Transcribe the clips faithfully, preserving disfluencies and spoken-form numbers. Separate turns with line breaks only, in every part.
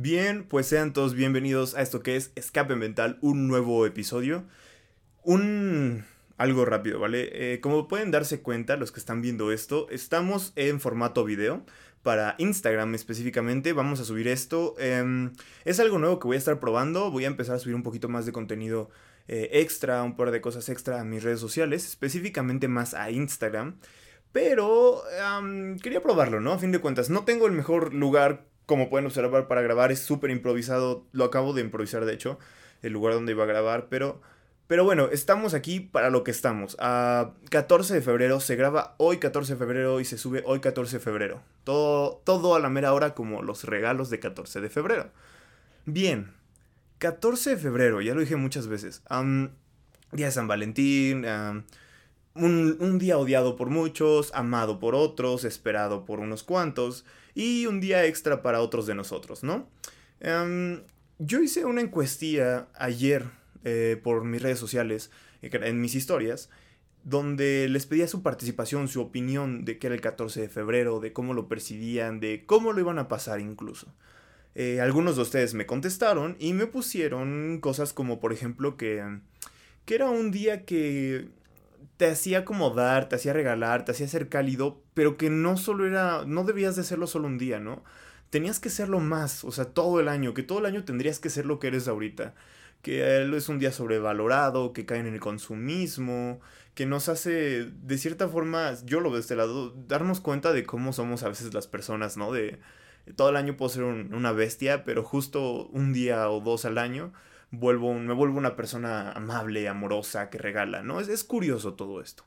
Bien, pues sean todos bienvenidos a esto que es Escape Mental, un nuevo episodio. Un... algo rápido, ¿vale? Eh, como pueden darse cuenta los que están viendo esto, estamos en formato video. Para Instagram específicamente vamos a subir esto. Eh, es algo nuevo que voy a estar probando. Voy a empezar a subir un poquito más de contenido eh, extra, un par de cosas extra a mis redes sociales, específicamente más a Instagram. Pero um, quería probarlo, ¿no? A fin de cuentas, no tengo el mejor lugar, como pueden observar, para grabar. Es súper improvisado. Lo acabo de improvisar, de hecho, el lugar donde iba a grabar. Pero, pero bueno, estamos aquí para lo que estamos. A catorce de febrero, se graba hoy catorce de febrero y se sube hoy catorce de febrero. Todo, todo a la mera hora como los regalos de catorce de febrero. Bien, catorce de febrero, ya lo dije muchas veces. Um, día de San Valentín. Um, Un, un día odiado por muchos, amado por otros, esperado por unos cuantos, y un día extra para otros de nosotros, ¿no? Em, yo hice una encuestilla ayer eh, por mis redes sociales, eh, en mis historias, donde les pedía su participación, su opinión de qué era el catorce de febrero, de cómo lo percibían, de cómo lo iban a pasar incluso. Eh, algunos de ustedes me contestaron y me pusieron cosas como, por ejemplo, que, que era un día que te hacía acomodar, te hacía regalar, te hacía ser cálido, pero que no solo era, no debías de serlo solo un día, ¿no? Tenías que serlo más, o sea, todo el año, que todo el año tendrías que ser lo que eres ahorita. Que él es un día sobrevalorado, que caen en el consumismo, que nos hace, de cierta forma, yo lo veo de este lado, darnos cuenta de cómo somos a veces las personas, ¿no? De todo el año puedo ser un- una bestia, pero justo un día o dos al año vuelvo un- me vuelvo una persona amable, amorosa, que regala, ¿no? Es, es curioso todo esto.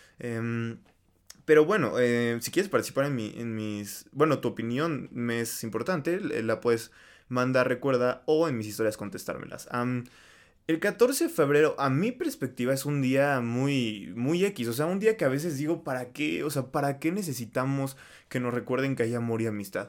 Em, pero bueno, eh, si quieres participar en, mi, en mis... Bueno, tu opinión me es importante, eh, la puedes mandar, recuerda, o en mis historias contestármelas. Am, el catorce de febrero, a mi perspectiva, es un día muy, muy X. O sea, un día que a veces digo, ¿para qué? O sea, ¿para qué necesitamos que nos recuerden que hay amor y amistad?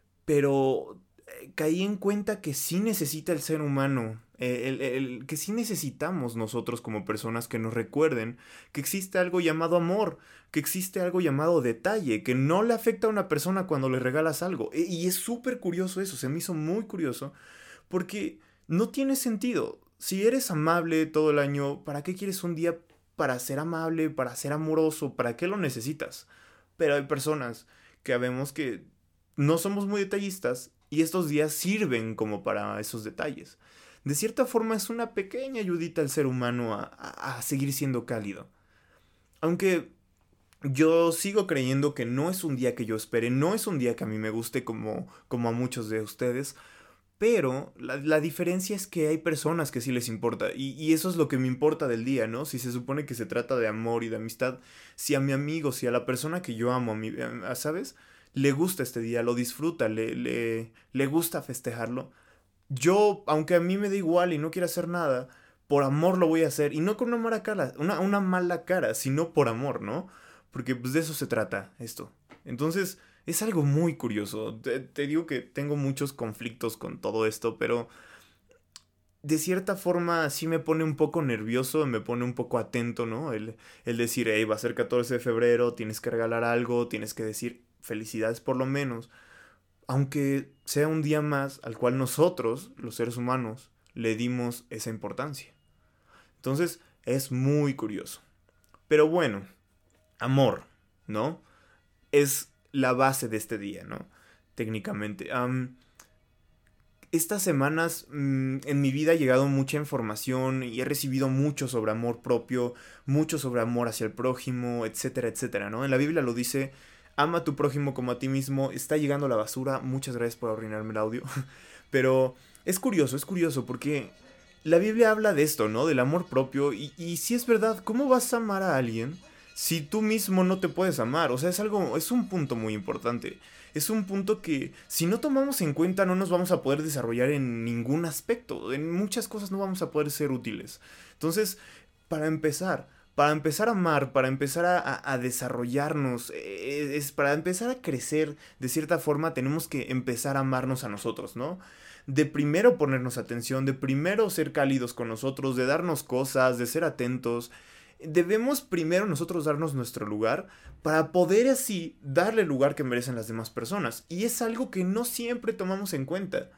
Pero eh, caí en cuenta que sí necesita el ser humano, eh, el- el- que sí necesitamos nosotros como personas que nos recuerden que existe algo llamado amor, que existe algo llamado detalle, que no le afecta a una persona cuando le regalas algo. E- y es súper curioso eso, se me hizo muy curioso, porque no tiene sentido. Si eres amable todo el año, ¿para qué quieres un día para ser amable, para ser amoroso? ¿Para qué lo necesitas? Pero hay personas que vemos que no somos muy detallistas y estos días sirven como para esos detalles. De cierta forma es una pequeña ayudita al ser humano a, a- a seguir siendo cálido. Aunque yo sigo creyendo que no es un día que yo espere, no es un día que a mí me guste como, como a muchos de ustedes, pero la, la diferencia es que hay personas que sí les importa y, y eso es lo que me importa del día, ¿no? Si se supone que se trata de amor y de amistad, si a mi amigo, si a la persona que yo amo, a mi, a- ¿sabes? Le gusta este día, lo disfruta, le, le, le gusta festejarlo. Yo, aunque a mí me da igual y no quiero hacer nada, por amor lo voy a hacer. Y no con una mala cara, una, una mala cara, sino por amor, ¿no? Porque pues de eso se trata esto. Entonces, es algo muy curioso. Te, te digo que tengo muchos conflictos con todo esto, pero de cierta forma sí me pone un poco nervioso, me pone un poco atento, ¿no? El, el decir, hey, va a ser catorce de febrero, tienes que regalar algo, tienes que decir felicidades por lo menos, aunque sea un día más al cual nosotros, los seres humanos, le dimos esa importancia. Entonces, es muy curioso. Pero bueno, amor, ¿no? Es la base de este día, ¿no? Técnicamente. Am, estas semanas mmm, en mi vida ha llegado mucha información y he recibido mucho sobre amor propio, mucho sobre amor hacia el prójimo, etcétera, etcétera, ¿no? En la Biblia lo dice, ama a tu prójimo como a ti mismo, está llegando a la basura, muchas gracias por arruinarme el audio, pero es curioso, es curioso porque la Biblia habla de esto, ¿no? Del amor propio y, y si es verdad, ¿cómo vas a amar a alguien si tú mismo no te puedes amar? O sea, es algo, es un punto muy importante. Es un punto que si no tomamos en cuenta no nos vamos a poder desarrollar en ningún aspecto. En muchas cosas no vamos a poder ser útiles. Entonces, para empezar, para empezar a amar, para empezar a, a- a desarrollarnos, eh, es para empezar a crecer de cierta forma tenemos que empezar a amarnos a nosotros, ¿no? De primero ponernos atención, de primero ser cálidos con nosotros, de darnos cosas, de ser atentos. Debemos primero nosotros darnos nuestro lugar para poder así darle el lugar que merecen las demás personas. Y es algo que no siempre tomamos en cuenta.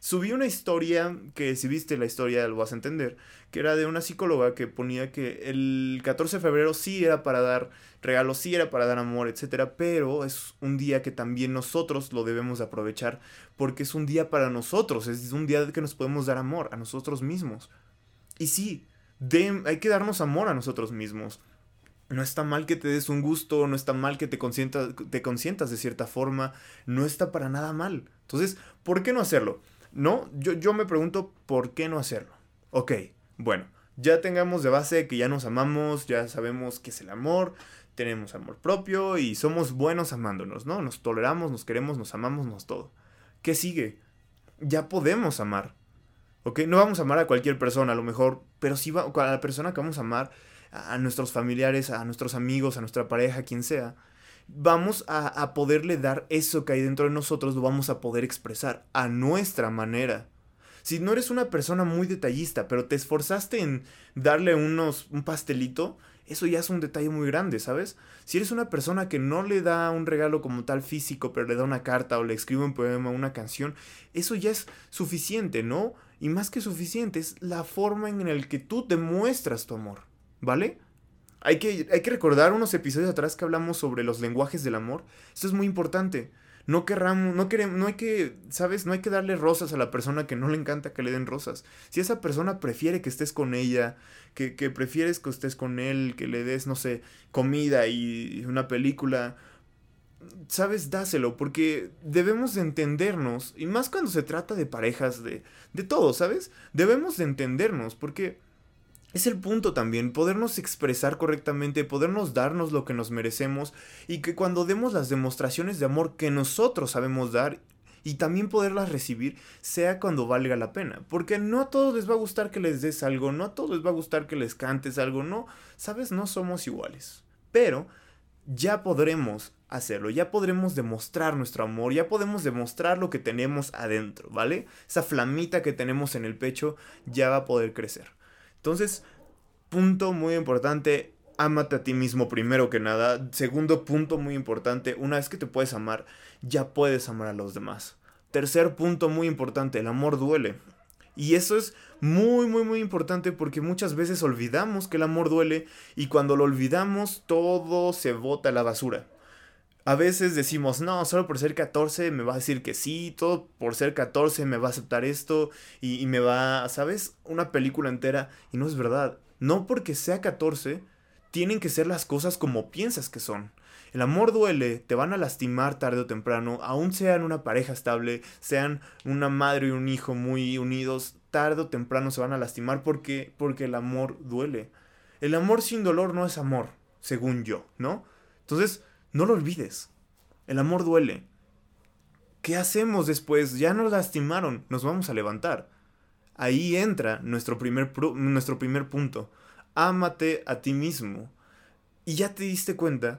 Subí una historia que si viste la historia lo vas a entender, que era de una psicóloga que ponía que el catorce de febrero sí era para dar regalos, sí era para dar amor, etcétera, pero es un día que también nosotros lo debemos de aprovechar porque es un día para nosotros, es un día que nos podemos dar amor a nosotros mismos. Y sí, de, hay que darnos amor a nosotros mismos. No está mal que te des un gusto, no está mal que te consientas, te consientas de cierta forma, no está para nada mal. Entonces, ¿por qué no hacerlo? No, yo, yo me pregunto, ¿por qué no hacerlo? Ok, bueno, ya tengamos de base que ya nos amamos, ya sabemos qué es el amor, tenemos amor propio y somos buenos amándonos, ¿no? Nos toleramos, nos queremos, nos amamos, nos todo. ¿Qué sigue? Ya podemos amar. ¿Ok? No vamos a amar a cualquier persona, a lo mejor, pero sí va, a la persona que vamos a amar, a nuestros familiares, a nuestros amigos, a nuestra pareja, quien sea, vamos a, a poderle dar eso que hay dentro de nosotros, lo vamos a poder expresar a nuestra manera. Si no eres una persona muy detallista, pero te esforzaste en darle unos, un pastelito, eso ya es un detalle muy grande, ¿sabes? Si eres una persona que no le da un regalo como tal físico, pero le da una carta o le escribe un poema, una canción, eso ya es suficiente, ¿no? Y más que suficiente, es la forma en la que tú demuestras tu amor, ¿vale? Hay que, hay que recordar unos episodios atrás que hablamos sobre los lenguajes del amor. Esto es muy importante. No querramos, no queremos, no hay que, ¿sabes? No hay que darle rosas a la persona que no le encanta que le den rosas. Si esa persona prefiere que estés con ella, que, que prefieres que estés con él, que le des, no sé, comida y una película, ¿sabes? Dáselo, porque debemos de entendernos, y más cuando se trata de parejas, de, de todo, ¿sabes? Debemos de entendernos, porque es el punto también, podernos expresar correctamente, podernos darnos lo que nos merecemos y que cuando demos las demostraciones de amor que nosotros sabemos dar y también poderlas recibir, sea cuando valga la pena. Porque no a todos les va a gustar que les des algo, no a todos les va a gustar que les cantes algo, no, sabes, no somos iguales. Pero ya podremos hacerlo, ya podremos demostrar nuestro amor, ya podemos demostrar lo que tenemos adentro, ¿vale? Esa flamita que tenemos en el pecho ya va a poder crecer. Entonces, punto muy importante, ámate a ti mismo primero que nada. Segundo punto muy importante, una vez que te puedes amar, ya puedes amar a los demás. Tercer punto muy importante, el amor duele. Y eso es muy, muy, muy importante porque muchas veces olvidamos que el amor duele y cuando lo olvidamos todo se bota a la basura. A veces decimos, no, solo por ser catorce me va a decir que sí, todo por ser catorce me va a aceptar esto y, y me va, ¿sabes? Una película entera y no es verdad. No porque sea catorce tienen que ser las cosas como piensas que son. El amor duele, te van a lastimar tarde o temprano, aun sean una pareja estable, sean una madre y un hijo muy unidos, tarde o temprano se van a lastimar porque, porque el amor duele. El amor sin dolor no es amor, según yo, ¿no? Entonces, no lo olvides. El amor duele. ¿Qué hacemos después? Ya nos lastimaron, nos vamos a levantar. Ahí entra nuestro primer, nuestro primer punto. Ámate a ti mismo. Y ya te diste cuenta,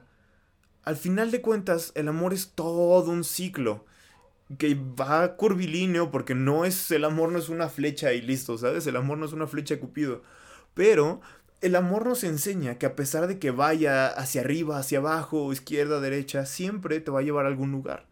al final de cuentas, el amor es todo un ciclo que va curvilíneo porque no es, el amor no es una flecha y listo, ¿sabes? El amor no es una flecha de Cupido. Pero el amor nos enseña que a pesar de que vaya hacia arriba, hacia abajo, izquierda, derecha, siempre te va a llevar a algún lugar.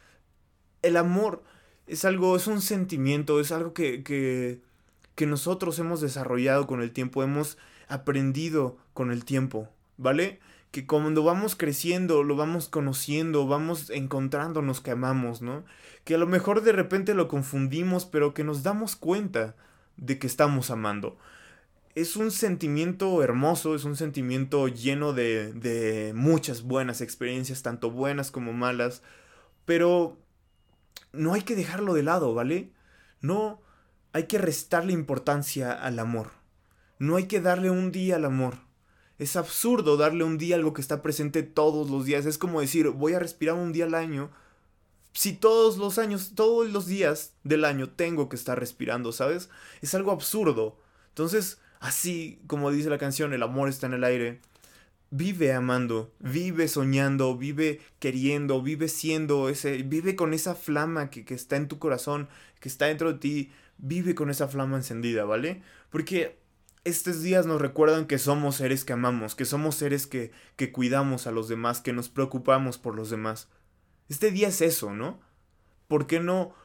El amor es algo, es un sentimiento, es algo que, que, que nosotros hemos desarrollado con el tiempo, hemos aprendido con el tiempo, ¿vale? Que cuando vamos creciendo, lo vamos conociendo, vamos encontrándonos que amamos, ¿no? Que a lo mejor de repente lo confundimos, pero que nos damos cuenta de que estamos amando. Es un sentimiento hermoso, es un sentimiento lleno de, de muchas buenas experiencias, tanto buenas como malas, pero no hay que dejarlo de lado, ¿vale? No hay que restarle importancia al amor. No hay que darle un día al amor. Es absurdo darle un día a algo que está presente todos los días. Es como decir, voy a respirar un día al año. Si todos los años, todos los días del año tengo que estar respirando, ¿sabes? Es algo absurdo. Entonces, así como dice la canción, el amor está en el aire. Vive amando, vive soñando, vive queriendo, vive siendo ese, vive con esa flama que, que está en tu corazón, que está dentro de ti, vive con esa flama encendida, ¿vale? Porque estos días nos recuerdan que somos seres que amamos, que somos seres que, que cuidamos a los demás, que nos preocupamos por los demás. Este día es eso, ¿no? ¿Por qué no,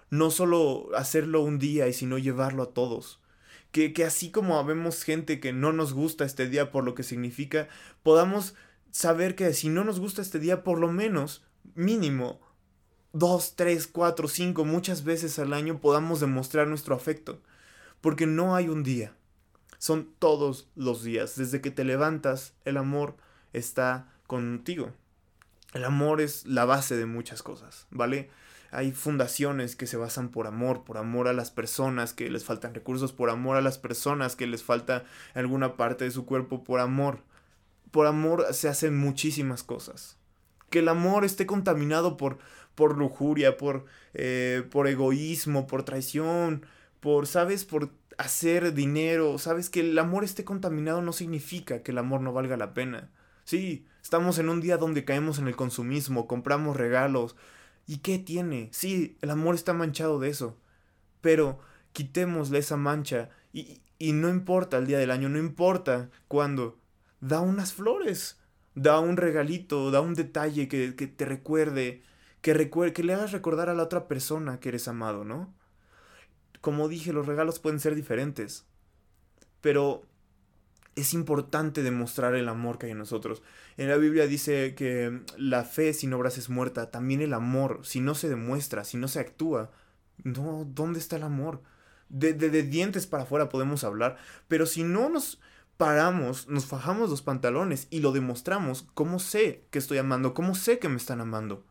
no solo hacerlo un día y sino llevarlo a todos. Que, que así como vemos gente que no nos gusta este día por lo que significa, podamos saber que si no nos gusta este día, por lo menos, mínimo, dos, tres, cuatro, cinco, muchas veces al año podamos demostrar nuestro afecto. Porque no hay un día. Son todos los días. Desde que te levantas, el amor está contigo. El amor es la base de muchas cosas, ¿vale? Hay fundaciones que se basan por amor, por amor a las personas que les faltan recursos, por amor a las personas que les falta alguna parte de su cuerpo, por amor. Por amor se hacen muchísimas cosas. Que el amor esté contaminado por, por lujuria, por, eh, por egoísmo, por traición, por, ¿sabes? Por hacer dinero. ¿Sabes? Que el amor esté contaminado no significa que el amor no valga la pena. Sí, estamos en un día donde caemos en el consumismo, compramos regalos. ¿Y qué tiene? Sí, el amor está manchado de eso. Pero quitémosle esa mancha y, y no importa el día del año, no importa cuándo. Da unas flores, da un regalito, da un detalle que, que te recuerde, que, recuerde, que le hagas recordar a la otra persona que eres amado, ¿no? Como dije, los regalos pueden ser diferentes, pero es importante demostrar el amor que hay en nosotros. En la Biblia dice que la fe sin obras es muerta. También el amor, si no se demuestra, si no se actúa, no, ¿dónde está el amor? De, de, de dientes para afuera podemos hablar, pero si no nos paramos, nos fajamos los pantalones y lo demostramos, ¿cómo sé que estoy amando? ¿Cómo sé que me están amando?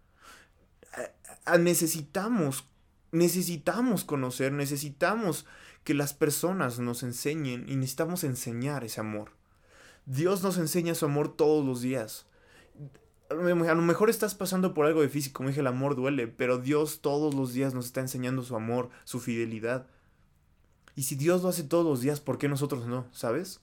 A, a necesitamos, necesitamos conocer, necesitamos que las personas nos enseñen y necesitamos enseñar ese amor. Dios nos enseña su amor todos los días. A lo mejor estás pasando por algo difícil, como dije, el amor duele, pero Dios todos los días nos está enseñando su amor, su fidelidad. Y si Dios lo hace todos los días, ¿por qué nosotros no? ¿Sabes?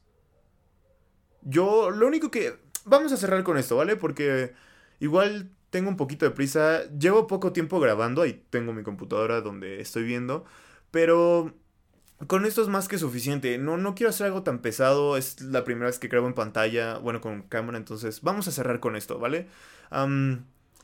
Yo, lo único que... Vamos a cerrar con esto, ¿vale? Porque igual tengo un poquito de prisa. Llevo poco tiempo grabando, ahí tengo mi computadora donde estoy viendo, pero con esto es más que suficiente. No, no quiero hacer algo tan pesado. Es la primera vez que grabo en pantalla, bueno, con cámara, entonces vamos a cerrar con esto, ¿vale? Um,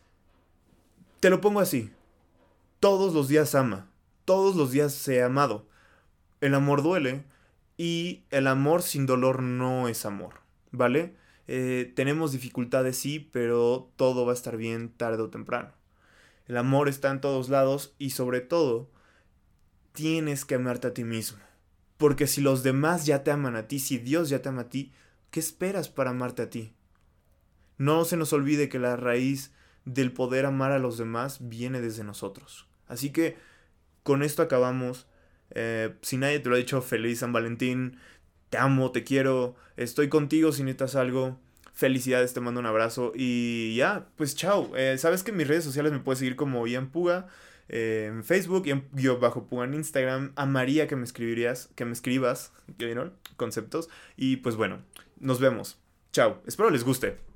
te lo pongo así. Todos los días ama. Todos los días sé amado. El amor duele y el amor sin dolor no es amor, ¿vale? Eh, tenemos dificultades, sí, pero todo va a estar bien tarde o temprano. El amor está en todos lados y sobre todo tienes que amarte a ti mismo. Porque si los demás ya te aman a ti, si Dios ya te ama a ti, ¿qué esperas para amarte a ti? No se nos olvide que la raíz del poder amar a los demás viene desde nosotros. Así que con esto acabamos. Eh, si nadie te lo ha dicho, feliz San Valentín. Te amo, te quiero. Estoy contigo si necesitas algo. Felicidades, te mando un abrazo. Y ya, pues chao. Eh, Sabes que en mis redes sociales me puedes seguir como Ian Puga. Eh, en Facebook, Ian bajo Puga en Instagram. Amaría que me escribirías, que me escribas, ¿no? Conceptos. Y pues bueno, nos vemos. Chao. Espero les guste.